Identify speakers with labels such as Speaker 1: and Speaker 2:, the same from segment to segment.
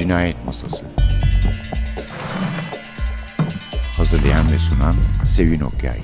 Speaker 1: Cinayet Masası. Hazırlayan ve sunan Sevin Okyay.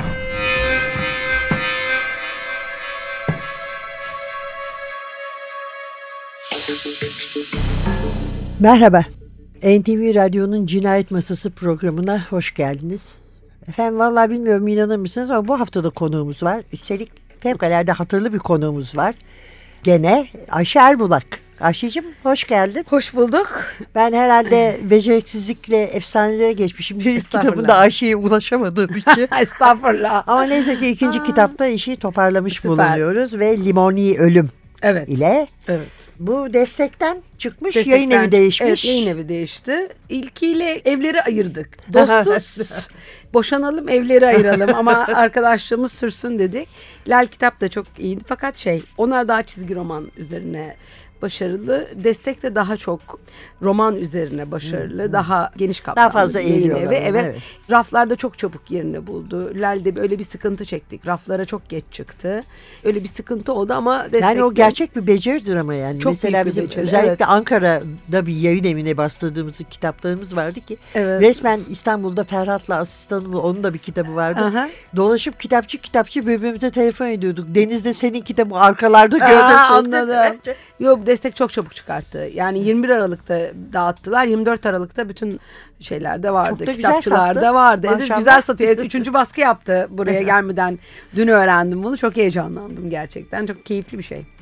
Speaker 2: Merhaba, NTV Radyo'nun Cinayet Masası programına hoş geldiniz. Efendim vallahi bilmiyorum inanır mısınız ama bu haftada konuğumuz var. Üstelik fevkalade hatırlı bir konuğumuz var. Gene Ayşe Erbulak. Ayşe'cim hoş geldin.
Speaker 3: Hoş bulduk.
Speaker 2: Ben herhalde beceriksizlikle efsanelere geçmişim. Bir kitabında Ayşe'ye ulaşamadığım için.
Speaker 3: Estağfurullah.
Speaker 2: Ama neyse ki ikinci kitapta işi toparlamış
Speaker 3: Süper.
Speaker 2: bulunuyoruz ve Limoni Ölüm ile.
Speaker 3: Evet.
Speaker 2: Bu destekten çıkmış, yayın evi değişmiş.
Speaker 3: Evet, yayın evi değişti. İlkiyle evleri ayırdık. Dostuz, boşanalım evleri ayıralım ama arkadaşlığımız sürsün dedik. Lal kitap da çok iyiydi fakat onlar daha çizgi roman üzerine başarılı. Destek de daha çok roman üzerine başarılı. Daha geniş kapsamlı.
Speaker 2: Daha fazla
Speaker 3: yayın
Speaker 2: eğiliyorlar.
Speaker 3: evi. Evet. Raflarda çok çabuk yerini buldu. Lal'de öyle bir sıkıntı çektik. Raflara çok geç çıktı. Öyle bir sıkıntı oldu ama destek.
Speaker 2: Yani o gerçek bir beceridir ama yani.
Speaker 3: Çok
Speaker 2: mesela bizim
Speaker 3: beceri,
Speaker 2: özellikle
Speaker 3: evet.
Speaker 2: Ankara'da bir yayın evine bastırdığımız kitaplarımız vardı ki resmen İstanbul'da Ferhat'la asistanımla onun da bir kitabı vardı. Aha. Dolaşıp kitapçı birbirimize telefon ediyorduk. Deniz'de senin kitabı arkalarda gördüm.
Speaker 3: Anladım. Yok, destek çok çabuk çıkarttı. Yani 21 Aralık'ta dağıttılar. 24 Aralık'ta bütün şeylerde vardı. Kitapçılarda vardı. Evet, güzel satıyor. Evet, 3. baskı yaptı buraya gelmeden. Dün öğrendim bunu. Çok heyecanlandım gerçekten. Çok keyifli bir şey.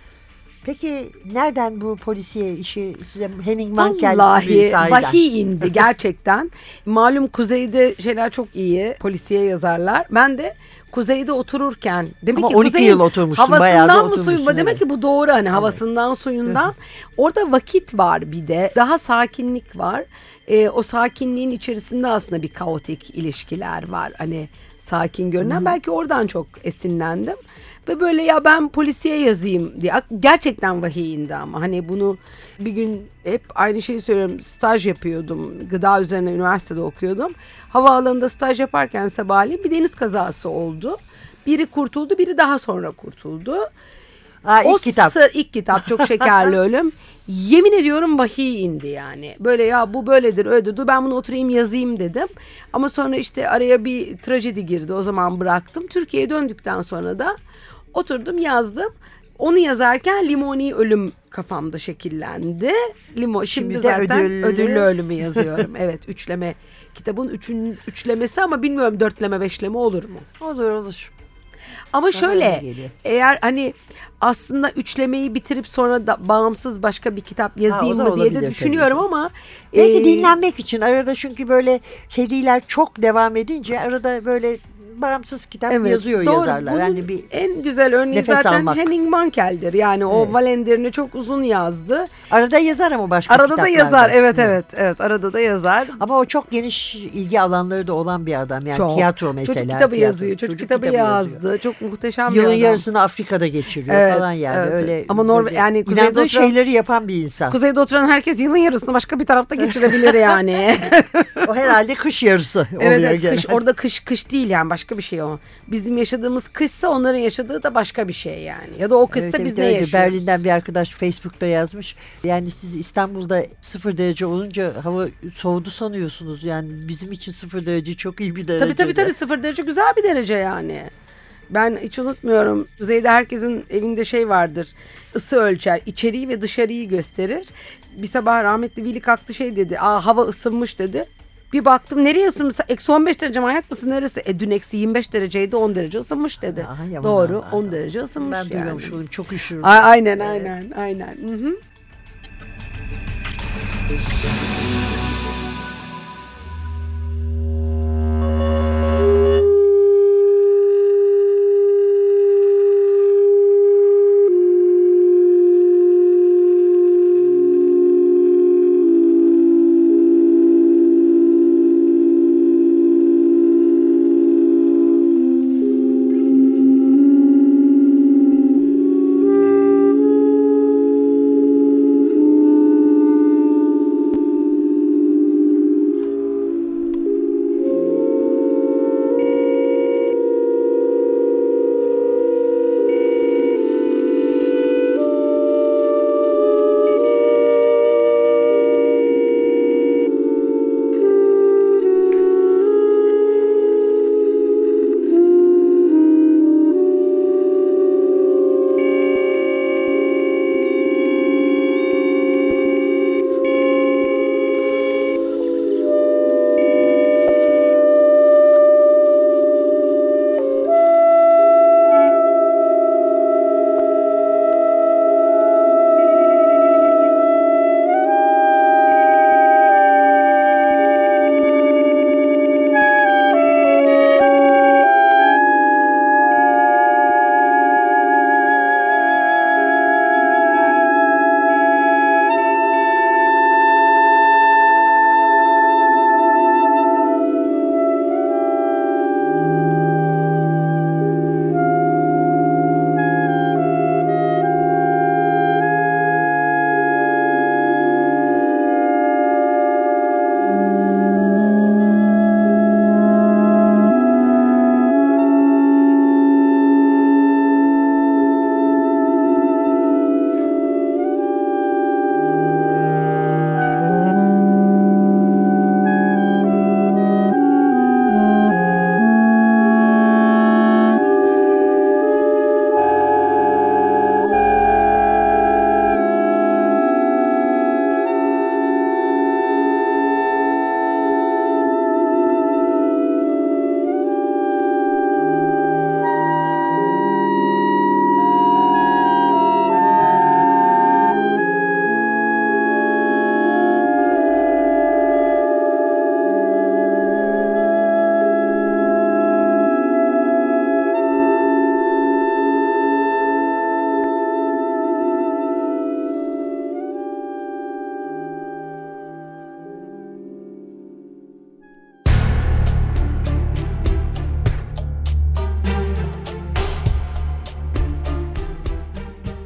Speaker 2: Peki nereden bu polisiye işi size Henning Mankell
Speaker 3: gibi vahiy indi gerçekten. Malum Kuzey'de şeyler çok iyi. Polisiye yazarlar. Ben de Kuzey'de otururken demek
Speaker 2: ama
Speaker 3: ki
Speaker 2: 12 yıl oturmuşsun,
Speaker 3: havasından mı suyundan? Demek ki bu doğru hani havasından suyundan. Orada vakit var bir de. Daha sakinlik var. O sakinliğin içerisinde aslında bir kaotik ilişkiler var. Hani sakin görünen. Belki oradan çok esinlendim. Ve böyle ya ben polisiye yazayım diye. Gerçekten vahiy indi ama. Hani bunu bir gün hep aynı şeyi söylüyorum. Staj yapıyordum. Gıda üzerine üniversitede okuyordum. Havaalanında staj yaparken sabahleyin bir deniz kazası oldu. Biri kurtuldu, biri daha sonra kurtuldu. İlk kitap çok şekerli ölüm. Yemin ediyorum vahiy indi yani. Böyle ya bu böyledir öyledir. Dur ben bunu oturayım yazayım dedim. Ama sonra işte araya bir trajedi girdi. O zaman bıraktım. Türkiye'ye döndükten sonra da oturdum yazdım. Onu yazarken Limoni Ölüm kafamda şekillendi. Şimdi zaten ödüllü ölümü yazıyorum. Evet, üçleme kitabın üçlemesi ama bilmiyorum 4'leme 5'leme olur mu?
Speaker 2: Olur.
Speaker 3: Ama bana şöyle eğer hani aslında üçlemeyi bitirip sonra da bağımsız başka bir kitap yazayım mı diye de düşünüyorum ama
Speaker 2: belki dinlenmek için arada, çünkü böyle seriler çok devam edince arada böyle bağımsız kitap yazıyor yazarlar.
Speaker 3: Bunun
Speaker 2: yani bir
Speaker 3: en güzel örneği zaten
Speaker 2: almak.
Speaker 3: Henning Mankell'dir. Yani o Valender'ini çok uzun yazdı.
Speaker 2: Arada yazar ama başka
Speaker 3: arada
Speaker 2: kitaplarda.
Speaker 3: Da yazar. Evet, arada da yazar.
Speaker 2: Ama o çok geniş ilgi alanları da olan bir adam. Yani tiyatro mesela.
Speaker 3: Çocuk kitabı yazıyor. Çocuk kitabı yazdı. Çok muhteşem bir adam.
Speaker 2: Yılın yarısını Afrika'da geçiriyor falan yani. Evet. Öyle
Speaker 3: ama yani
Speaker 2: inandığı şeyleri yapan bir insan.
Speaker 3: Kuzeyde oturan herkes yılın yarısını başka bir tarafta geçirebilir yani.
Speaker 2: O herhalde kış yarısı oluyor.
Speaker 3: Kış, orada kış değil yani, başka bir şey o. Bizim yaşadığımız kışsa onların yaşadığı da başka bir şey yani. Ya da o kışsa biz ne yaşıyoruz?
Speaker 2: Berlin'den bir arkadaş Facebook'ta yazmış. Yani siz İstanbul'da 0 derece olunca hava soğudu sanıyorsunuz. Yani bizim için 0 derece çok iyi bir derece.
Speaker 3: Tabii 0 derece güzel bir derece yani. Ben hiç unutmuyorum. Kuzeyde herkesin evinde vardır. Isı ölçer. İçeriği ve dışarıyı gösterir. Bir sabah rahmetli Veli kalktı dedi. Hava ısınmış dedi. Bir baktım nereye ısınmış? Eksi 15 derece manyak mısın, neresi? Dün eksi 25 dereceydi, 10 derece ısınmış dedi. Doğru, 10 derece ısınmış
Speaker 2: ben duymamış olayım, çok üşürüm.
Speaker 3: Aynen. Hı-hı.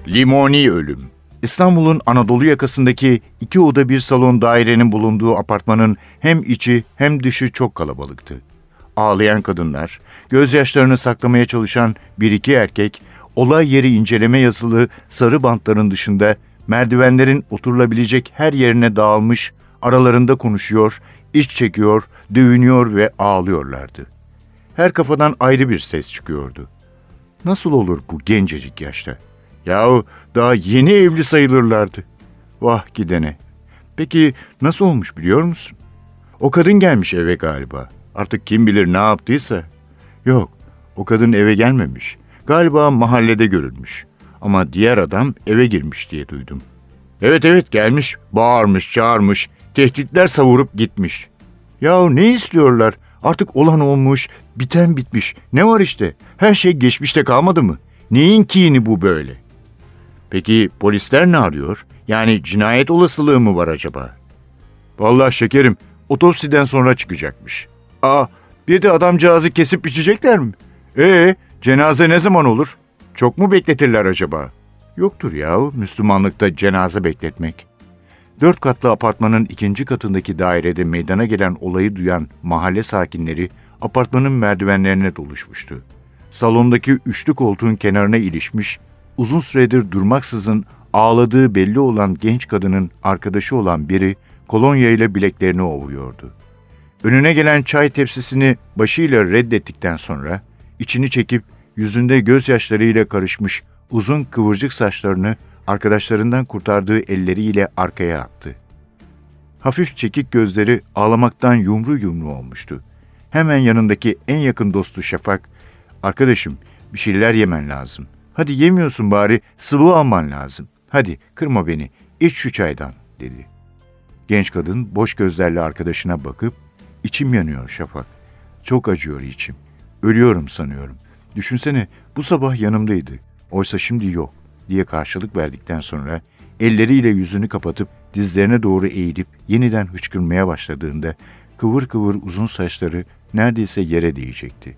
Speaker 1: Limoni ölüm. İstanbul'un Anadolu yakasındaki 2 oda 1 salon dairenin bulunduğu apartmanın hem içi hem dışı çok kalabalıktı. Ağlayan kadınlar, gözyaşlarını saklamaya çalışan 1-2 erkek, olay yeri inceleme yazılı sarı bantların dışında merdivenlerin oturulabilecek her yerine dağılmış, aralarında konuşuyor, iç çekiyor, dövünüyor ve ağlıyorlardı. Her kafadan ayrı bir ses çıkıyordu. Nasıl olur bu gencecik yaşta? Yahu daha yeni evli sayılırlardı. Vah gidene. Peki nasıl olmuş biliyor musun? O kadın gelmiş eve galiba. Artık kim bilir ne yaptıysa. Yok, o kadın eve gelmemiş. Galiba mahallede görülmüş. Ama diğer adam eve girmiş diye duydum. Evet gelmiş, bağırmış, çağırmış, tehditler savurup gitmiş. Yahu ne istiyorlar? Artık olan olmuş, biten bitmiş. Ne var işte? Her şey geçmişte kalmadı mı? Neyin kini bu böyle? Peki polisler ne arıyor? Yani cinayet olasılığı mı var acaba? Vallahi şekerim, otopsiden sonra çıkacakmış. Bir de adamcağızı kesip biçecekler mi? Cenaze ne zaman olur? Çok mu bekletirler acaba? Yoktur yahu Müslümanlıkta cenaze bekletmek. 4 katlı apartmanın 2. katındaki dairede meydana gelen olayı duyan mahalle sakinleri apartmanın merdivenlerine doluşmuştu. Salondaki üçlü koltuğun kenarına ilişmiş, uzun süredir durmaksızın ağladığı belli olan genç kadının arkadaşı olan biri kolonya ile bileklerini ovuyordu. Önüne gelen çay tepsisini başıyla reddettikten sonra içini çekip yüzünde gözyaşlarıyla karışmış uzun kıvırcık saçlarını arkadaşlarından kurtardığı elleriyle arkaya attı. Hafif çekik gözleri ağlamaktan yumru yumru olmuştu. Hemen yanındaki en yakın dostu Şafak, "Arkadaşım, bir şeyler yemen lazım. Hadi yemiyorsun bari, sıvı alman lazım. Hadi kırma beni, iç şu çaydan," dedi. Genç kadın boş gözlerle arkadaşına bakıp, "İçim yanıyor Şafak. Çok acıyor içim. Ölüyorum sanıyorum. Düşünsene, bu sabah yanımdaydı. Oysa şimdi yok," diye karşılık verdikten sonra elleriyle yüzünü kapatıp dizlerine doğru eğilip yeniden hıçkırmaya başladığında kıvır kıvır uzun saçları neredeyse yere değecekti.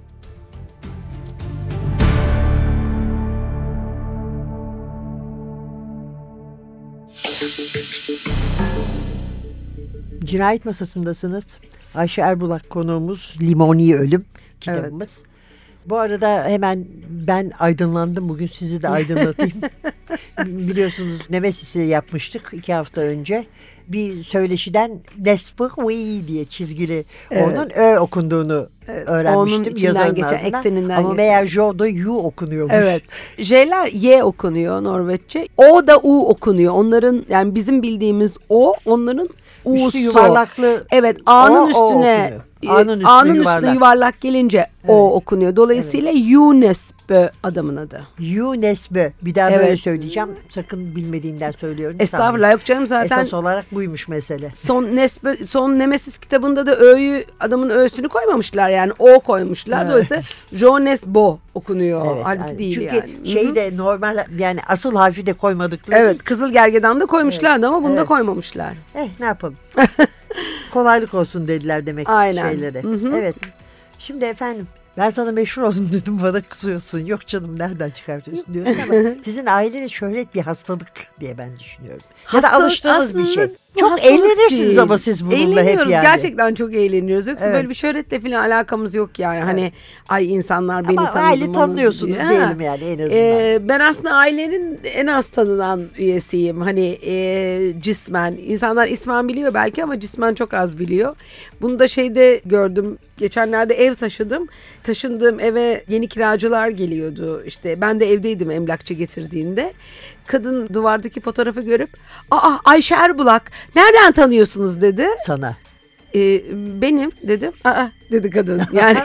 Speaker 2: Cinayet Masası'ndasınız. Ayşe Erbulak konuğumuz, Limoni Ölüm kitabımız. Evet. Bu arada hemen ben aydınlandım. Bugün sizi de aydınlatayım. Biliyorsunuz Nemesis'i yapmıştık 2 hafta önce. Bir söyleşiden Nesbıhvi diye çizgili onun Ö okunduğunu öğrenmiştim.
Speaker 3: Onun içinden geçen,
Speaker 2: ağzından.
Speaker 3: ekseninden
Speaker 2: Ama meğer Jo'da U okunuyormuş.
Speaker 3: Evet. J'ler Y okunuyor Norveççe. O da U okunuyor. Onların, yani bizim bildiğimiz O, onların U'su.
Speaker 2: Üstü yuvarlaklı.
Speaker 3: Evet, A'nın üstüne. A'nın üstüne yuvarlak gelince O okunuyor. Dolayısıyla Yunesbö adamın adı.
Speaker 2: Yunesbö. Bir daha böyle söyleyeceğim. Sakın bilmediğimden söylüyorum.
Speaker 3: Estağfurullah, yok canım, zaten.
Speaker 2: Esas olarak buymuş mesele.
Speaker 3: Son Nemesis kitabında da Ö'yü, adamın Ö'sünü koymamışlar, yani O koymuşlar. Evet. Dolayısıyla Jonesbo okunuyor. Evet, halbuki yani. Değil
Speaker 2: çünkü
Speaker 3: yani.
Speaker 2: Çünkü şey de normal, yani asıl harfi de koymadıkları.
Speaker 3: Evet, Kızıl Gergedan da koymuşlardı ama bunu da koymamışlar.
Speaker 2: Ne yapalım? Kolaylık olsun dediler demek şeylere. Hı-hı. Evet. Şimdi efendim, ben sana meşhur oldum dedim, bana kızıyorsun. Yok canım, nereden çıkartıyorsun diyorsun ama sizin aileniz şöhret bir hastalık diye ben düşünüyorum. Ya da alıştığınız bir şey. Çok eğlenirsiniz ama siz bununla hep yani.
Speaker 3: Gerçekten çok eğleniyoruz. Yoksa böyle bir şöhretle falan alakamız yok yani. Evet. Hani ay insanlar beni tanıdı. Ama aile
Speaker 2: tanıyorsunuz diyelim yani en azından.
Speaker 3: Ben aslında ailenin en az tanınan üyesiyim. Hani cismen. İnsanlar ismen biliyor belki ama cismen çok az biliyor. Bunu da şeyde gördüm. Geçenlerde ev taşıdım. Taşındığım eve yeni kiracılar geliyordu. İşte ben de evdeydim emlakçı getirdiğinde. Kadın duvardaki fotoğrafı görüp Ayşe Erbulak, nereden tanıyorsunuz dedi.
Speaker 2: Sana.
Speaker 3: Benim dedim. Dedi kadın. Yani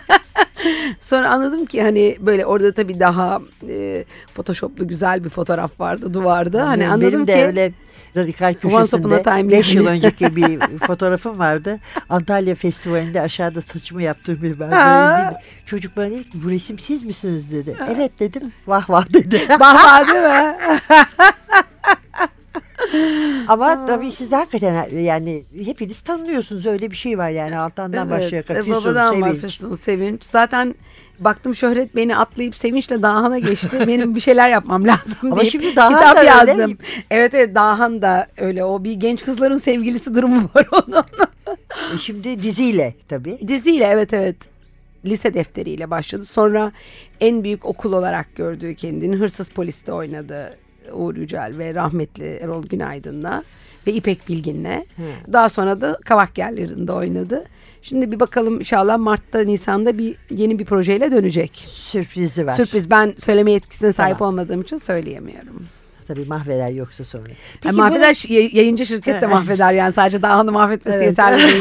Speaker 3: sonra anladım ki hani böyle orada tabii daha photoshoplu güzel bir fotoğraf vardı duvarda. Hani
Speaker 2: benim
Speaker 3: anladım
Speaker 2: de
Speaker 3: ki
Speaker 2: öyle radikal köşesinde 5 yıl önceki bir fotoğrafım vardı. Antalya Festivali'nde aşağıda saçımı yaptığım bir ben. Çocuk bana dedi, bu resim siz misiniz dedi. Evet dedim. Vah vah dedi.
Speaker 3: Vah değil mi?
Speaker 2: Ama tabii siz de hakikaten yani hepiniz tanıyorsunuz, öyle bir şey var yani, Altan'dan başlayarak.
Speaker 3: Babadan bahsediyorsun, Sevinç. Zaten Baktım Şöhret beni atlayıp sevinçle Dahan'a geçti. Benim bir şeyler yapmam lazım
Speaker 2: Ama
Speaker 3: deyip
Speaker 2: şimdi Dahan
Speaker 3: kitap
Speaker 2: da öyle.
Speaker 3: yazdım. Evet, Dahan da öyle. O bir genç kızların sevgilisi durumu var onun.
Speaker 2: Şimdi diziyle tabii.
Speaker 3: Diziyle evet. Lise defteriyle başladı. Sonra en büyük okul olarak gördüğü kendini Hırsız Polis'te oynadı. Uğur Yücel ve rahmetli Erol Günaydın'la ve İpek Bilgin'le. Daha sonra da Kavak Yerleri'nde oynadı. Şimdi bir bakalım inşallah Mart'ta Nisan'da yeni bir projeyle dönecek.
Speaker 2: Sürprizi var.
Speaker 3: Sürpriz, ben söyleme yetkisine sahip
Speaker 2: Tamam.
Speaker 3: olmadığım için söyleyemiyorum.
Speaker 2: Tabii mahveder yoksa sonra.
Speaker 3: Yani mahveder, yayıncı şirket de mahveder yani, sadece Dahan'ı mahvetmesi
Speaker 2: Evet.
Speaker 3: yeterli değil.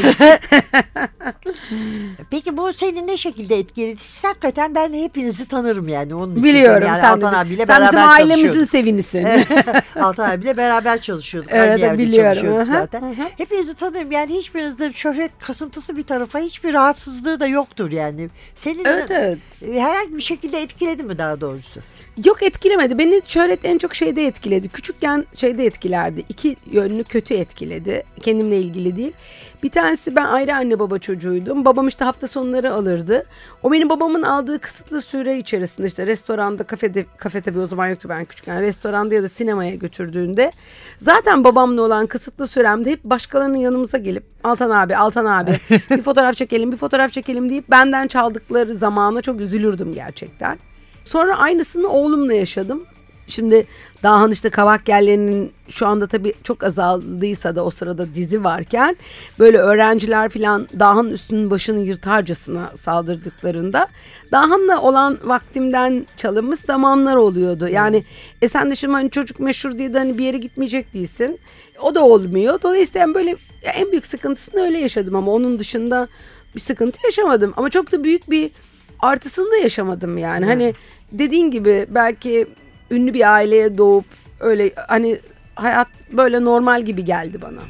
Speaker 2: Peki bu seni ne şekilde etkiledi? Siz hakikaten ben hepinizi tanırım yani. Onun için
Speaker 3: Biliyorum.
Speaker 2: yani
Speaker 3: Sen,
Speaker 2: Altan abiyle
Speaker 3: sen
Speaker 2: beraber
Speaker 3: bizim ailemizin
Speaker 2: çalışıyorduk.
Speaker 3: sevinisin.
Speaker 2: Altan abiyle beraber çalışıyorduk.
Speaker 3: Evet,
Speaker 2: Aynı yerde
Speaker 3: biliyorum.
Speaker 2: çalışıyorduk
Speaker 3: Hı hı,
Speaker 2: zaten.
Speaker 3: hı.
Speaker 2: Hepinizi tanırım yani, hiçbirinizde şöhret kasıntısı bir tarafa, hiçbir rahatsızlığı da yoktur yani. Senin
Speaker 3: Evet.
Speaker 2: herhangi bir şekilde etkiledi mi daha doğrusu?
Speaker 3: Yok, etkilemedi. Beni Şöhret en çok şeyde etkiledi. Küçükken şeyde etkilerdi. İki yönlü kötü etkiledi. Kendimle ilgili değil. Bir tanesi, ben ayrı anne baba çocuğuydum. Babam işte hafta sonları alırdı. O benim babamın aldığı kısıtlı süre içerisinde işte restoranda, kafe tabii o zaman yoktu ben küçükken. Restoranda ya da sinemaya götürdüğünde zaten babamla olan kısıtlı süremde hep başkalarının yanımıza gelip Altan abi bir fotoğraf çekelim deyip benden çaldıkları zamana çok üzülürdüm gerçekten. Sonra aynısını oğlumla yaşadım. Şimdi Dahan işte Kavak Yerleri'nin şu anda tabii çok azaldıysa da o sırada dizi varken böyle öğrenciler falan Dahan'ın üstünün başını yırtarcasına saldırdıklarında Dahan'la olan vaktimden çalınmış zamanlar oluyordu. Yani sen de şimdi hani çocuk meşhur diye de hani bir yere gitmeyecek değilsin. O da olmuyor. Dolayısıyla böyle en büyük sıkıntısını öyle yaşadım ama onun dışında bir sıkıntı yaşamadım. Ama çok da büyük bir artısını da yaşamadım yani. Hani dediğin gibi belki ünlü bir aileye doğup öyle hani hayat böyle normal gibi geldi bana.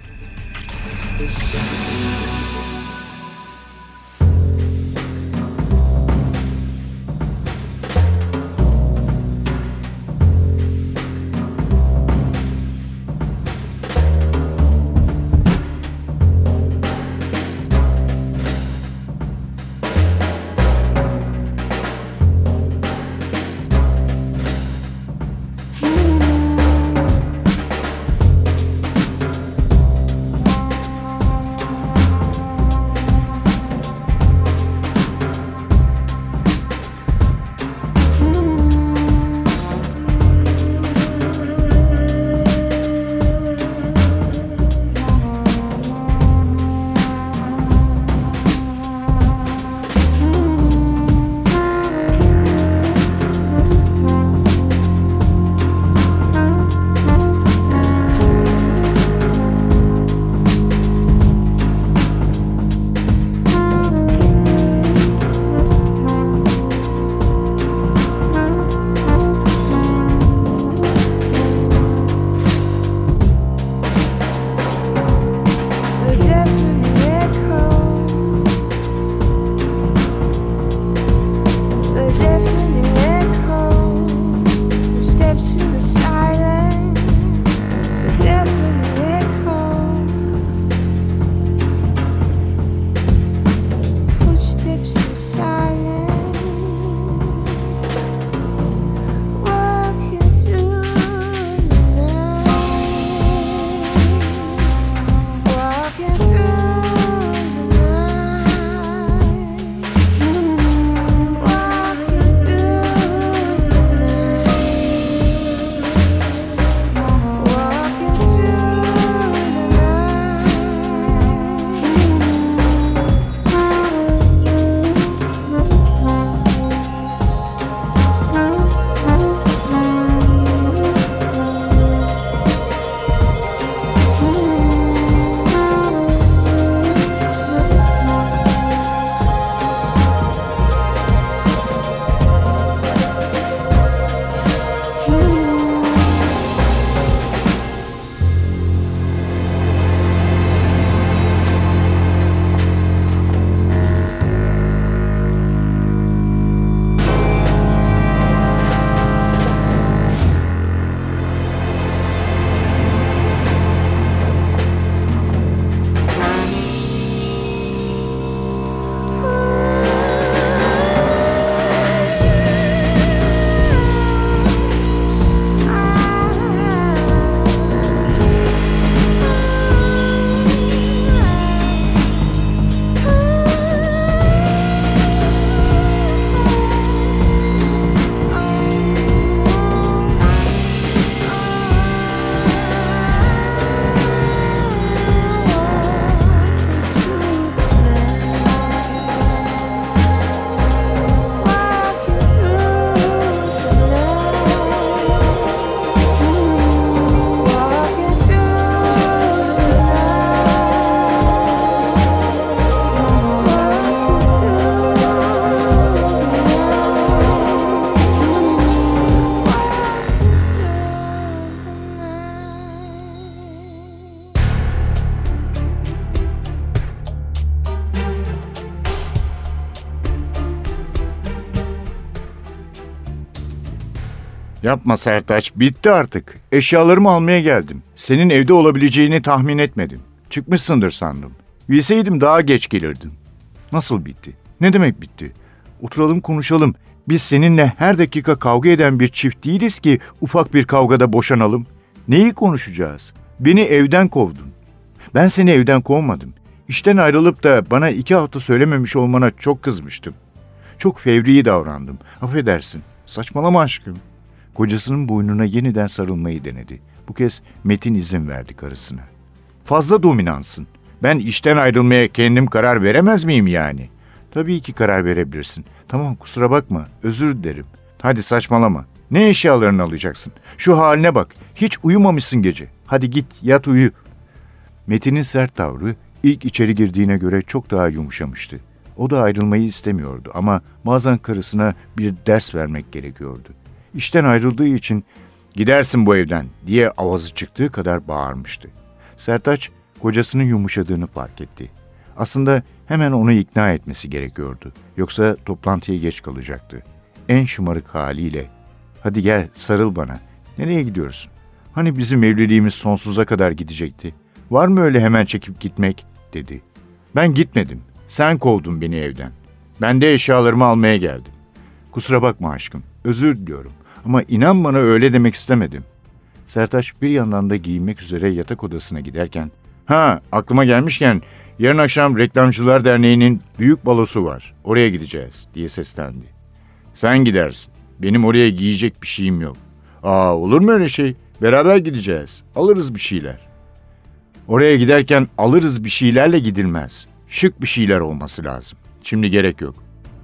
Speaker 1: Yapma Sertaç, bitti artık. Eşyalarımı almaya geldim. Senin evde olabileceğini tahmin etmedim. Çıkmışsındır sandım. Bilseydim daha geç gelirdim. Nasıl bitti? Ne demek bitti? Oturalım konuşalım. Biz seninle her dakika kavga eden bir çift değiliz ki ufak bir kavgada boşanalım. Neyi konuşacağız? Beni evden kovdun. Ben seni evden kovmadım. İşten ayrılıp da bana 2 hafta söylememiş olmana çok kızmıştım. Çok fevri davrandım. Affedersin. Saçmalama aşkım. Kocasının boynuna yeniden sarılmayı denedi. Bu kez Metin izin verdi karısına. Fazla dominansın. Ben işten ayrılmaya kendim karar veremez miyim yani? Tabii ki karar verebilirsin. Tamam, kusura bakma, özür dilerim. Hadi saçmalama. Ne eşyalarını alacaksın? Şu haline bak. Hiç uyumamışsın gece. Hadi git yat uyu. Metin'in sert tavrı ilk içeri girdiğine göre çok daha yumuşamıştı. O da ayrılmayı istemiyordu ama bazen karısına bir ders vermek gerekiyordu. İşten ayrıldığı için "Gidersin bu evden" diye avazı çıktığı kadar bağırmıştı. Sertaç kocasının yumuşadığını fark etti. Aslında hemen onu ikna etmesi gerekiyordu. Yoksa toplantıya geç kalacaktı. En şımarık haliyle "Hadi gel, sarıl bana. Nereye gidiyorsun? Hani bizim evliliğimiz sonsuza kadar gidecekti? Var mı öyle hemen çekip gitmek?" dedi. "Ben gitmedim. Sen kovdun beni evden. Ben de eşyalarımı almaya geldim. Kusura bakma aşkım. Özür diliyorum. Ama inan bana öyle demek istemedim." Sertaç bir yandan da giyinmek üzere yatak odasına giderken aklıma gelmişken yarın akşam Reklamcılar Derneği'nin büyük balosu var. Oraya gideceğiz" diye seslendi. "Sen gidersin. Benim oraya giyecek bir şeyim yok." Olur mu öyle şey? Beraber gideceğiz. Alırız bir şeyler." "Oraya giderken alırız bir şeylerle gidilmez. Şık bir şeyler olması lazım. Şimdi gerek yok."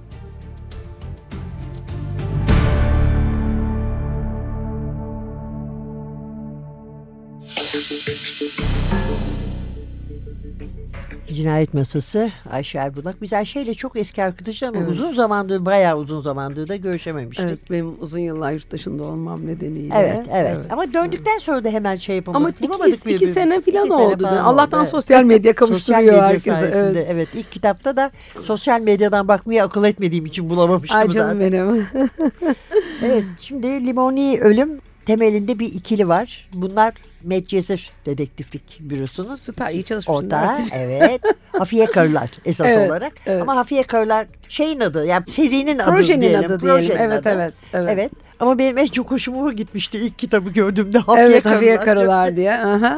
Speaker 2: Cinayet Masası, Ayşe Erbulak. Biz Ayşe ile çok eski arkadaşlar ama bayağı uzun zamandır da görüşememiştik.
Speaker 3: Evet, benim uzun yıllar yurt dışında olmam nedeniyle.
Speaker 2: Evet. Ama döndükten sonra da hemen şey yapamadık.
Speaker 3: Ama iki sene falan oldu. Allah'tan sosyal medya kavuşturuyor herkese.
Speaker 2: Evet, ilk kitapta da sosyal medyadan bakmaya akıl etmediğim için bulamamıştım.
Speaker 3: Ay canım benim.
Speaker 2: Evet, şimdi Limoni Ölüm temelinde bir ikili var. Bunlar Medcezir Dedektiflik Bürosu'nun
Speaker 3: Süper, iyi çalışmışsın.
Speaker 2: Evet. Hafiye Karılar esas olarak.
Speaker 3: Evet.
Speaker 2: Ama Hafiye Karılar şeyin adı, yani serinin adı
Speaker 3: Projenin
Speaker 2: diyelim.
Speaker 3: adı diyelim. Evet.
Speaker 2: Ama benim en çok hoşuma gitmişti ilk kitabı gördüğümde Hafiye
Speaker 3: Karılar diye. Aha.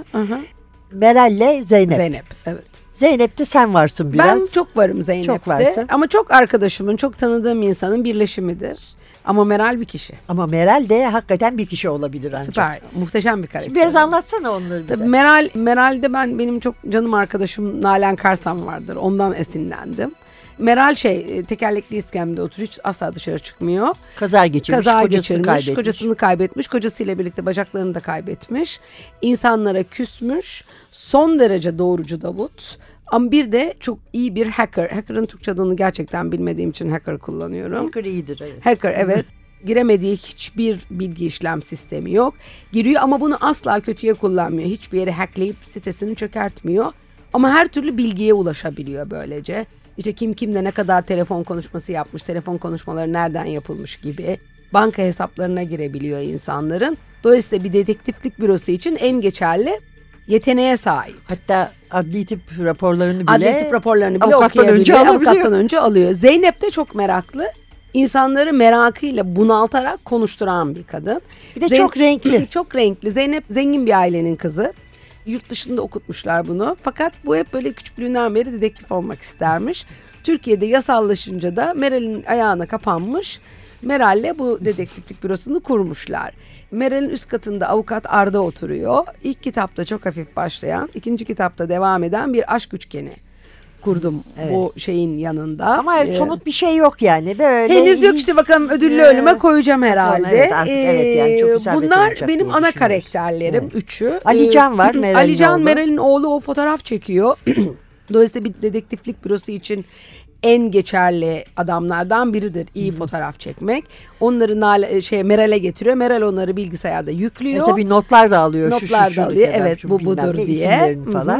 Speaker 2: Meral'le Zeynep.
Speaker 3: Evet.
Speaker 2: Zeynep'te sen varsın biraz.
Speaker 3: Ben çok varım Zeynep'te.
Speaker 2: Çok varsın.
Speaker 3: Ama çok arkadaşımın, çok tanıdığım insanın birleşimidir. Ama Meral bir kişi.
Speaker 2: Ama Meral de hakikaten bir kişi olabilir ancak.
Speaker 3: Süper, muhteşem bir karakter.
Speaker 2: Biraz anlatsana onları bize.
Speaker 3: Tabii Meral'de benim çok canım arkadaşım Nalan Karsan vardır. Ondan esinlendim. Meral tekerlekli iskemlede oturuyor, hiç asla dışarı çıkmıyor.
Speaker 2: Kaza geçirmiş,
Speaker 3: kocasını kaybetmiş, kocasıyla birlikte bacaklarını da kaybetmiş. İnsanlara küsmüş, son derece doğrucu Davut. Ama bir de çok iyi bir hacker. Hacker'ın Türkçe adını gerçekten bilmediğim için hacker kullanıyorum.
Speaker 2: Hacker iyidir, evet.
Speaker 3: Hacker, evet. Giremediği hiçbir bilgi işlem sistemi yok. Giriyor ama bunu asla kötüye kullanmıyor. Hiçbir yere hackleyip sitesini çökertmiyor. Ama her türlü bilgiye ulaşabiliyor böylece. İşte kim kimle ne kadar telefon konuşması yapmış, telefon konuşmaları nereden yapılmış gibi. Banka hesaplarına girebiliyor insanların. Dolayısıyla bir dedektiflik bürosu için en geçerli yeteneğe sahip.
Speaker 2: Hatta adli tıp raporlarını bile
Speaker 3: avukattan önce alıyor. Zeynep de çok meraklı. İnsanları merakıyla bunaltarak konuşturan bir kadın.
Speaker 2: Bir de çok renkli.
Speaker 3: Çok renkli. Zeynep zengin bir ailenin kızı. Yurt dışında okutmuşlar bunu. Fakat bu hep böyle küçüklüğünden beri dedektif olmak istermiş. Türkiye'de yasallaşınca da Meral'in ayağına kapanmış. Meral'le bu dedektiflik bürosunu kurmuşlar. Meral'in üst katında avukat Arda oturuyor. İlk kitapta çok hafif başlayan, ikinci kitapta devam eden bir aşk üçgeni kurdum bu şeyin yanında.
Speaker 2: Ama somut bir şey yok yani. Böyle
Speaker 3: henüz yok, işte bakalım ödüllü ölüme koyacağım herhalde.
Speaker 2: Yani çok
Speaker 3: bunlar benim ana karakterlerim, üçü.
Speaker 2: Alican var,
Speaker 3: Meral'in oğlu, o fotoğraf çekiyor. Dolayısıyla bir dedektiflik bürosu için en geçerli adamlardan biridir iyi fotoğraf çekmek. Onları Meral'e getiriyor. Meral onları bilgisayarda yüklüyor.
Speaker 2: Tabii notlar da alıyor.
Speaker 3: Evet, bu budur diye.
Speaker 2: Falan.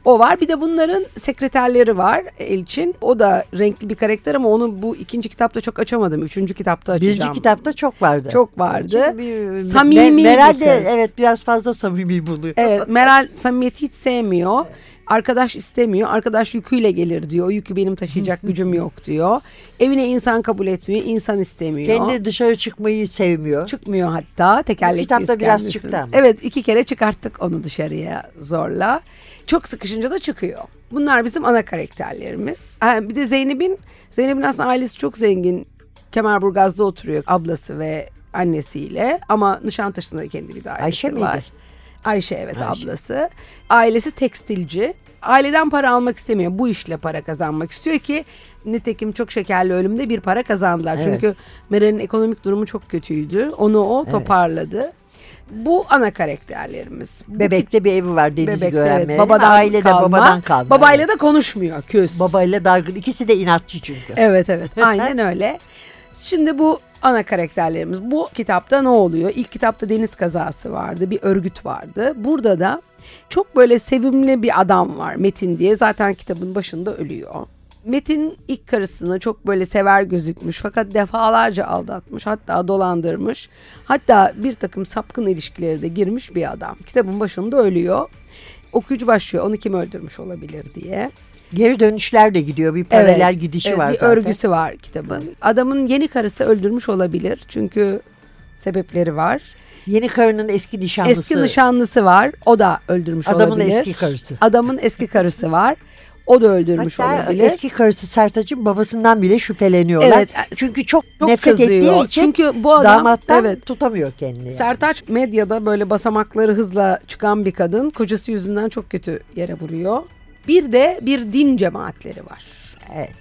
Speaker 3: O var. Bir de bunların sekreterleri var Elçin. O da renkli bir karakter ama onu bu 2. kitapta çok açamadım. 3. kitapta açacağım.
Speaker 2: 1. kitapta çok vardı.
Speaker 3: Çok vardı.
Speaker 2: Samimi Meral
Speaker 3: bir
Speaker 2: de
Speaker 3: kız.
Speaker 2: evet biraz fazla samimi buluyor.
Speaker 3: Evet, Meral samimiyeti hiç sevmiyor. Arkadaş istemiyor. Arkadaş yüküyle gelir diyor. O yükü benim taşıyacak gücüm yok diyor. Evine insan kabul etmiyor. İnsan istemiyor.
Speaker 2: Kendi dışarı çıkmayı sevmiyor.
Speaker 3: Çıkmıyor hatta. Tekerlekli
Speaker 2: Bu kitapta biraz
Speaker 3: iskemlesi.
Speaker 2: çıktı ama.
Speaker 3: Evet, 2 kere çıkarttık onu dışarıya zorla. Çok sıkışınca da çıkıyor. Bunlar bizim ana karakterlerimiz. Bir de Zeynep'in aslında ailesi çok zengin. Kemerburgaz'da oturuyor ablası ve annesiyle. Ama Nişantaşı'nda kendi bir dairesi
Speaker 2: Ayşe
Speaker 3: var.
Speaker 2: miydi?
Speaker 3: Ayşe evet
Speaker 2: Ayşe.
Speaker 3: ablası. Ailesi tekstilci. Aileden para almak istemiyor. Bu işle para kazanmak istiyor ki nitekim Çok Şekerli Ölüm'de bir para kazandılar.
Speaker 2: Evet.
Speaker 3: Çünkü Meral'in ekonomik durumu çok kötüydü. Onu o toparladı. Bu ana karakterlerimiz.
Speaker 2: Bebek'te bir evi var Deniz'i
Speaker 3: Bebek'te,
Speaker 2: gören
Speaker 3: evet,
Speaker 2: Meral.
Speaker 3: babadan
Speaker 2: Ailede
Speaker 3: kalma.
Speaker 2: babadan kalma.
Speaker 3: Babayla da konuşmuyor. Küs.
Speaker 2: Babayla dargın. İkisi de inatçı çünkü.
Speaker 3: Evet aynen öyle. Şimdi bu ana karakterlerimiz. Bu kitapta ne oluyor? İlk kitapta deniz kazası vardı. Bir örgüt vardı. Burada da çok böyle sevimli bir adam var Metin diye. Zaten kitabın başında ölüyor. Metin ilk karısını çok böyle sever gözükmüş fakat defalarca aldatmış, hatta dolandırmış. Hatta bir takım sapkın ilişkilere de girmiş bir adam. Kitabın başında ölüyor. Okuyucu başlıyor onu kim öldürmüş olabilir diye.
Speaker 2: Geri dönüşler de gidiyor. Bir paralel gidişi var
Speaker 3: bir
Speaker 2: zaten.
Speaker 3: örgüsü var kitabın. Adamın yeni karısı öldürmüş olabilir çünkü sebepleri var.
Speaker 2: Yeni karının eski nişanlısı.
Speaker 3: Eski nişanlısı var. O da öldürmüş
Speaker 2: Adamın
Speaker 3: olabilir.
Speaker 2: eski karısı.
Speaker 3: Adamın eski karısı var. O da öldürmüş
Speaker 2: Hatta
Speaker 3: olabilir.
Speaker 2: eski karısı Sertaç'ın babasından bile şüpheleniyorlar.
Speaker 3: Evet.
Speaker 2: Çünkü çok
Speaker 3: Çok
Speaker 2: nefret
Speaker 3: kızıyor.
Speaker 2: ettiği için
Speaker 3: Çünkü bu adam
Speaker 2: damattan tutamıyor kendini. Yani.
Speaker 3: Sertaç medyada böyle basamakları hızla çıkan bir kadın. Kocası yüzünden çok kötü yere vuruyor. Bir de bir din cemaatleri var.
Speaker 2: Evet.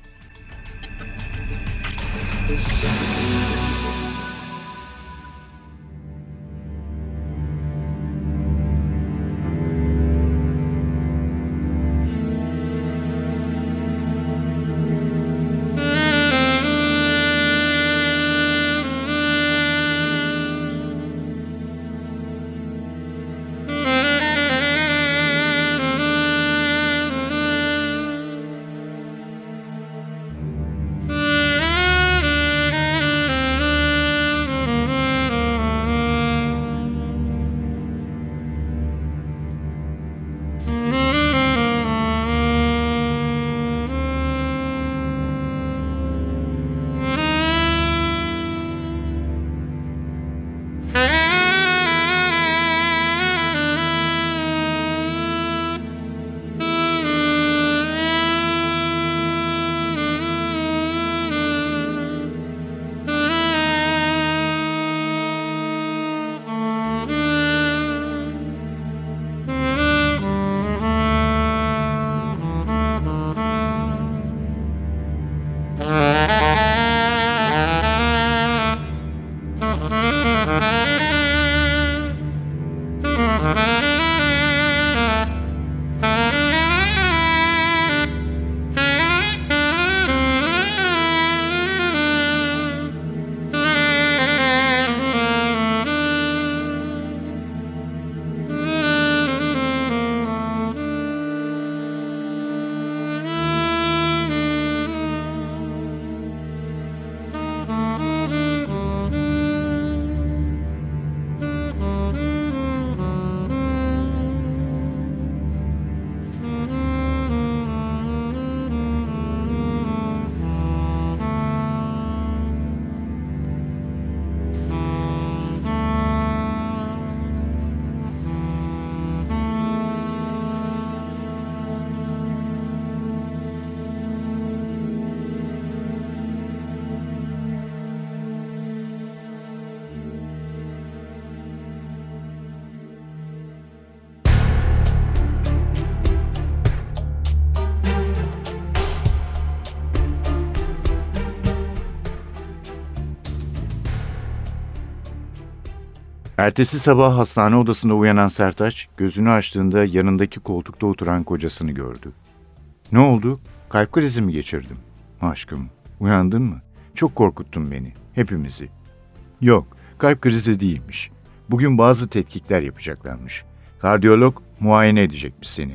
Speaker 1: Ertesi sabah hastane odasında uyanan Sertaç, gözünü açtığında yanındaki koltukta oturan kocasını gördü. "Ne oldu? Kalp krizi mi geçirdim?" "Aşkım, uyandın mı? Çok korkuttun beni, hepimizi." "Yok, kalp krizi değilmiş. Bugün bazı tetkikler yapacaklarmış. Kardiyolog muayene edecekmiş seni.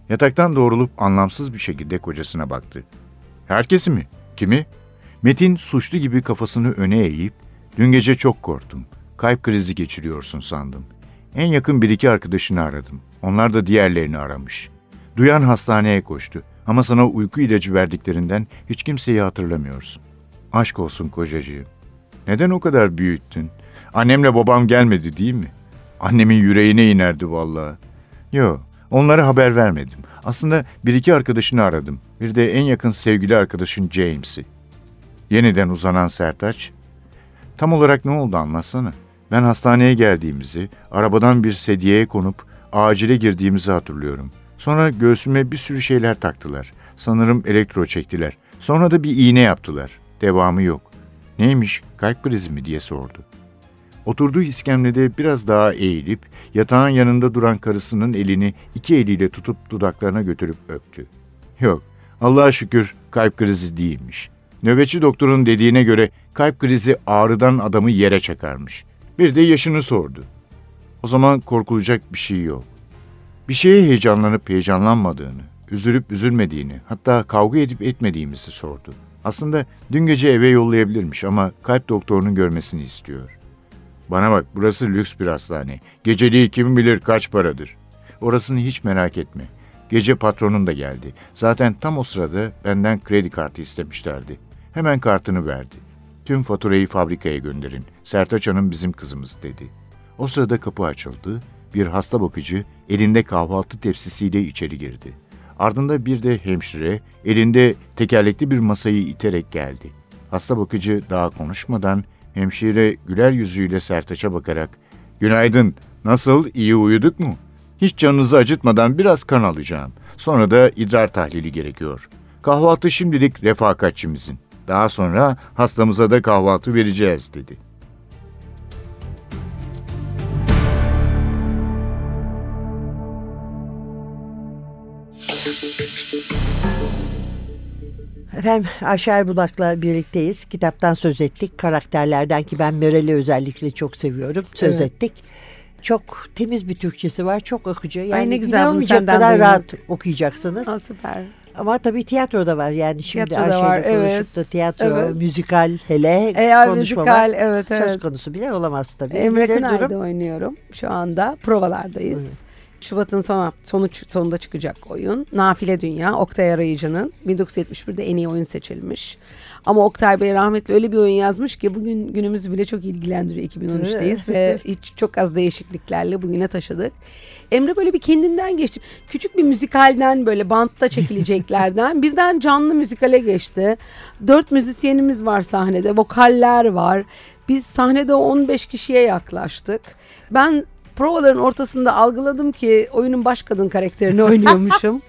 Speaker 1: Yataktan doğrulup anlamsız bir şekilde kocasına baktı. Herkesi mi? Kimi? Metin suçlu gibi kafasını öne eğip, dün gece çok korktum. Kalp krizi geçiriyorsun sandım. En yakın bir iki arkadaşını aradım. Onlar da diğerlerini aramış. Duyan hastaneye koştu. Ama sana uyku ilacı verdiklerinden hiç kimseyi hatırlamıyorsun. Aşk olsun kocacığım. Neden o kadar büyüttün? Annemle babam gelmedi değil mi? Annemin yüreğine inerdi vallahi. Yo, onlara haber vermedim. Aslında bir iki arkadaşını aradım. Bir de en yakın sevgili arkadaşın James'i. Yeniden uzanan Sertaç. Tam olarak ne oldu anlatsana. Ben hastaneye geldiğimizi, arabadan bir sedyeye konup acile girdiğimizi hatırlıyorum. Sonra göğsüme bir sürü şeyler taktılar. Sanırım elektro çektiler. Sonra da bir iğne yaptılar. Devamı yok. Neymiş, kalp krizi mi diye sordu. Oturduğu iskemlede biraz daha eğilip yatağın yanında duran karısının elini iki eliyle tutup dudaklarına götürüp öptü. Yok, Allah'a şükür kalp krizi değilmiş. Nöbetçi doktorun dediğine göre kalp krizi ağrıdan adamı yere çakarmış. Bir de yaşını sordu. O zaman korkulacak bir şey yok. Bir şeye heyecanlanıp heyecanlanmadığını, üzülüp üzülmediğini, hatta kavga edip etmediğimizi sordu. Aslında dün gece eve yollayabilirmiş ama kalp doktorunun görmesini istiyor. Bana bak, burası lüks bir hastane. Geceliği kim bilir kaç paradır. Orasını hiç merak etme. Gece patronun da geldi. Zaten tam o sırada benden kredi kartı istemişlerdi. Hemen kartını verdi. Tüm faturayı fabrikaya gönderin. Sertaç Hanım bizim kızımız dedi. O sırada kapı açıldı. Bir hasta bakıcı elinde kahvaltı tepsisiyle içeri girdi. Ardında bir de hemşire elinde tekerlekli bir masayı iterek geldi. Hasta bakıcı daha konuşmadan hemşire güler yüzüyle Sertaç'a bakarak "Günaydın, nasıl, iyi uyuduk mu? Hiç canınızı acıtmadan biraz kan alacağım. Sonra da idrar tahlili gerekiyor. Kahvaltı şimdilik refakatçimizin. Daha sonra hastamıza da kahvaltı vereceğiz" dedi.
Speaker 2: Efendim Ayşe Erbulak'la birlikteyiz. Kitaptan söz ettik. Karakterlerden ki ben Meral'i özellikle çok seviyorum. Söz ettik. Çok temiz bir Türkçesi var. Çok akıcı. Yani
Speaker 3: ay ne güzel,
Speaker 2: inanılmayacak kadar rahat okuyacaksınız.
Speaker 3: Aa, süper.
Speaker 2: Ama tabii tiyatro da var. Yani şimdi
Speaker 3: Tiyatro da var,
Speaker 2: Ayşe'yle konuşup da tiyatro, müzikal hele konuşmamak
Speaker 3: müzikal, evet.
Speaker 2: söz konusu bile olamaz tabii.
Speaker 3: Emre
Speaker 2: Bir de
Speaker 3: Kınay'da oynuyorum. Şu anda provalardayız. Şubat'ın sonunda çıkacak oyun. Nafile Dünya, Oktay Arayıcı'nın 1971'de en iyi oyun seçilmiş. Ama Oktay Bey rahmetli öyle bir oyun yazmış ki bugün günümüzü bile çok ilgilendiriyor. 2013'teyiz ve hiç çok az değişikliklerle bugüne taşıdık. Emre böyle bir kendinden geçti. Küçük bir müzikalden böyle bantta çekileceklerden birden canlı müzikale geçti. 4 müzisyenimiz var sahnede, vokaller var. Biz sahnede 15 kişiye yaklaştık. Ben provaların ortasında algıladım ki oyunun baş kadın karakterini oynuyormuşum.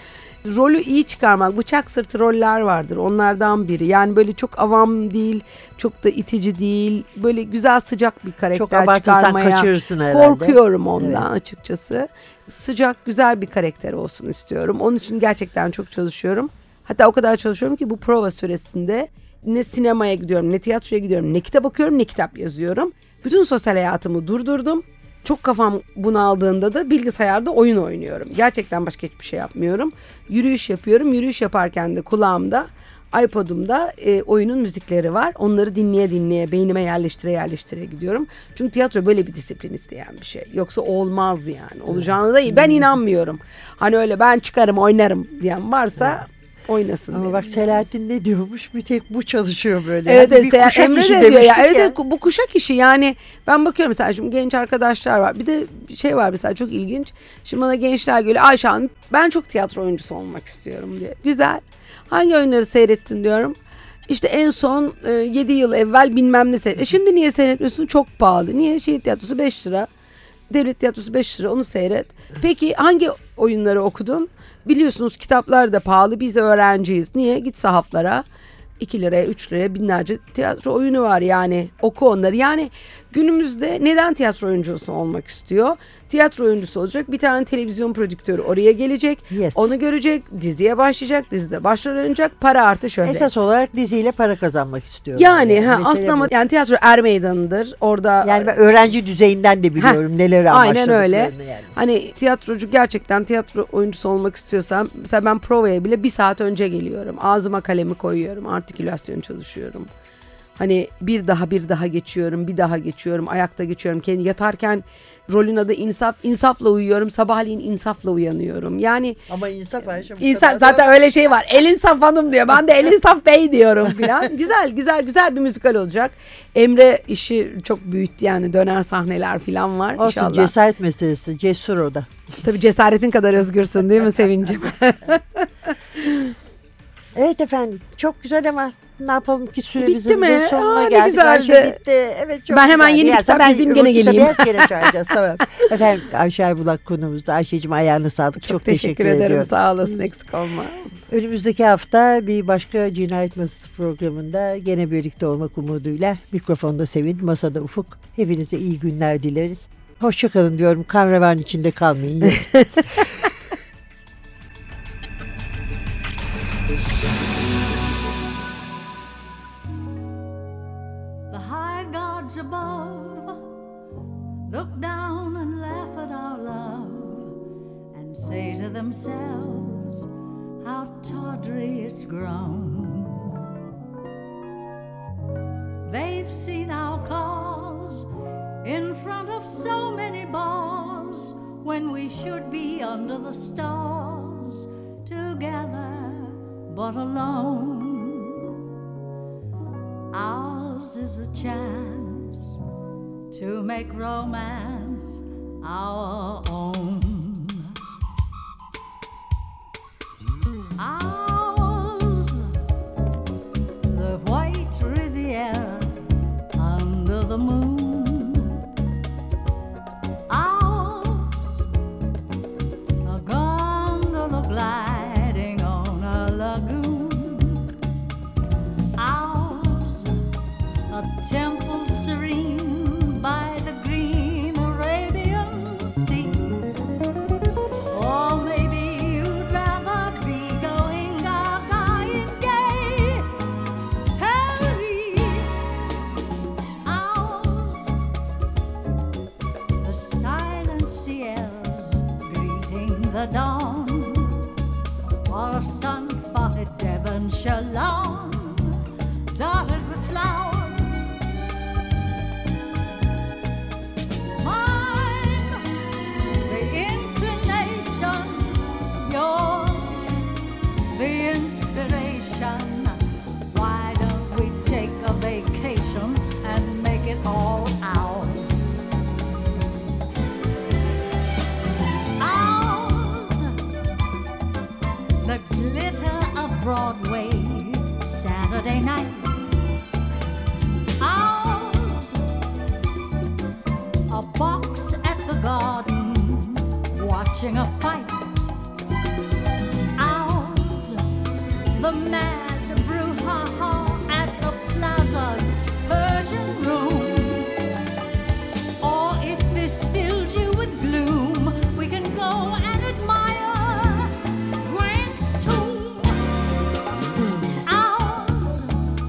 Speaker 3: Rolü iyi çıkarmak, bıçak sırtı roller vardır, onlardan biri. Yani böyle çok avam değil, çok da itici değil. Böyle güzel sıcak bir karakter
Speaker 2: çok abartırsan
Speaker 3: çıkarmaya
Speaker 2: kaçırırsın herhalde.
Speaker 3: korkuyorum ondan açıkçası. Sıcak, güzel bir karakter olsun istiyorum. Onun için gerçekten çok çalışıyorum. Hatta o kadar çalışıyorum ki bu prova süresinde ne sinemaya gidiyorum, ne tiyatroya gidiyorum, ne kitap okuyorum, ne kitap yazıyorum. Bütün sosyal hayatımı durdurdum. Çok kafam bunaldığında da bilgisayarda oyun oynuyorum. Gerçekten başka hiçbir şey yapmıyorum. Yürüyüş yapıyorum. Yürüyüş yaparken de kulağımda, iPod'umda oyunun müzikleri var. Onları dinleye dinleye, beynime yerleştire gidiyorum. Çünkü tiyatro böyle bir disiplin isteyen bir şey. Yoksa olmaz yani. Olacağını da ben inanmıyorum. Hani öyle ben çıkarım oynarım diyen varsa oynasın.
Speaker 2: Ama
Speaker 3: derim.
Speaker 2: bak Selahattin ne diyormuş? Bir tek bu çalışıyor böyle.
Speaker 3: Evet,
Speaker 2: Yani bir kuşak
Speaker 3: Emre
Speaker 2: işi
Speaker 3: de diyor
Speaker 2: demiştik
Speaker 3: ya.
Speaker 2: ya.
Speaker 3: Evet, bu kuşak işi yani. Ben bakıyorum mesela şimdi genç arkadaşlar var. Bir de şey var mesela çok ilginç. Şimdi bana gençler geliyor. Ayşe Hanım ben çok tiyatro oyuncusu olmak istiyorum diye. Güzel. Hangi oyunları seyrettin diyorum. İşte en son 7 yıl evvel bilmem ne seyrettim. Şimdi niye seyretmiyorsun? Çok pahalı. Niye? Şehir tiyatrosu 5 lira. Devlet tiyatrosu 5 lira, onu seyret. Peki hangi oyunları okudun? Biliyorsunuz kitaplar da pahalı, biz öğrenciyiz. Niye? Git sahaflara. 2 liraya 3 liraya binlerce tiyatro oyunu var yani. Oku onları. Yani günümüzde neden tiyatro oyuncusu olmak istiyor? Tiyatro oyuncusu olacak. Bir tane televizyon prodüktörü oraya gelecek.
Speaker 2: Yes.
Speaker 3: Onu görecek. Diziye başlayacak. Dizide başrol oynayacak. Para artı şöhret.
Speaker 2: Esas olarak diziyle para kazanmak istiyor.
Speaker 3: Yani aslında ama yani tiyatro er meydanıdır. Orada
Speaker 2: yani ben öğrenci düzeyinden de biliyorum neleri amaçladıklarını.
Speaker 3: Aynen öyle.
Speaker 2: Yani.
Speaker 3: Hani tiyatrocu gerçekten tiyatro oyuncusu olmak istiyorsam mesela ben provaya bile 1 saat önce geliyorum. Ağzıma kalemi koyuyorum. Artikülasyon çalışıyorum. Hani bir daha geçiyorum. Bir daha geçiyorum. Ayakta geçiyorum. Kendi yatarken rolün adı insaf. İnsafla uyuyorum. Sabahleyin insafla uyanıyorum. Yani
Speaker 2: ama insaf Ayşe.
Speaker 3: İnsaf, zaten öyle şey var. El insaf hanım diyor. Ben de el insaf bey diyorum filan. Güzel bir müzikal olacak. Emre işi çok büyüttü yani. Döner sahneler filan var.
Speaker 2: Olsun,
Speaker 3: İnşallah.
Speaker 2: cesaret meselesi. Cesur o da.
Speaker 3: Tabii cesaretin kadar özgürsün değil mi Sevincim?
Speaker 2: Evet efendim. Çok güzel ama ne yapalım ki süremizin
Speaker 3: Bitti mi?
Speaker 2: sonuna
Speaker 3: Ne
Speaker 2: geldik.
Speaker 3: güzeldi.
Speaker 2: Ayşe bitti. Evet, çok
Speaker 3: Ben hemen
Speaker 2: güzeldi.
Speaker 3: yeni bir kitap dizeyim, gene geleyim.
Speaker 2: Gene çağıracağız. Tamam. Efendim Ayşe Erbulak konuğumuzda. Ayşe'cim ayağına sağlık. Çok teşekkür
Speaker 3: ederim.
Speaker 2: ediyorum.
Speaker 3: Sağ olasın, eksik olma.
Speaker 2: Önümüzdeki hafta bir başka Cinayet Masası programında gene birlikte olmak umuduyla mikrofonda Sevin, masada Ufuk. Hepinize iyi günler dileriz. Hoşçakalın diyorum. Kan revan içinde kalmayın.
Speaker 4: The high gods above look down and laugh at our love and say to themselves, how tawdry it's grown. They've seen our cars in front of so many bars when we should be under the stars together but alone. Ours is a chance to make romance our own. Ours, the white Riviera under the moon. Ours, a gondola gliding on a lagoon. Ours, a temple serene by the green Arabian Sea. Or maybe you'd rather be going gaga in gay Paris. Ours, the silent Sierras greeting the dawn, or a sun-spotted Devonshire lawn dotted with flowers. Mine, the inclination, yours, the inspiration. Why don't we take a vacation and make it all ours? Ours, the glitter of Broadway Saturday night. Ours, a box at the garden watching a fight. Ours, the mad brouhaha at the plaza's Persian room. Or if this fills you with gloom, we can go and admire Grant's tomb. Ours,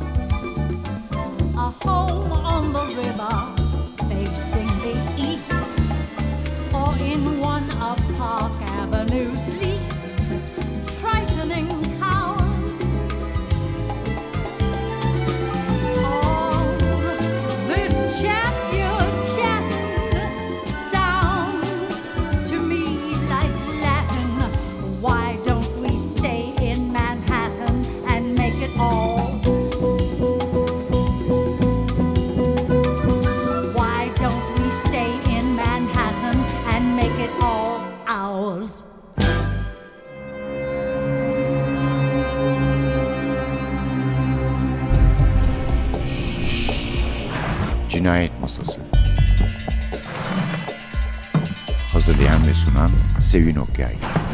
Speaker 4: a home on the river facing the east, or in one of Park Avenue's least frightening towers. Oh, this chap you're chatting sounds to me like Latin. Why don't we stay in Manhattan and make it all? Why don't we stay in Manhattan and make it all ours?
Speaker 1: Cinayet Masası. Hazırlayan ve sunan Sevin Okyay.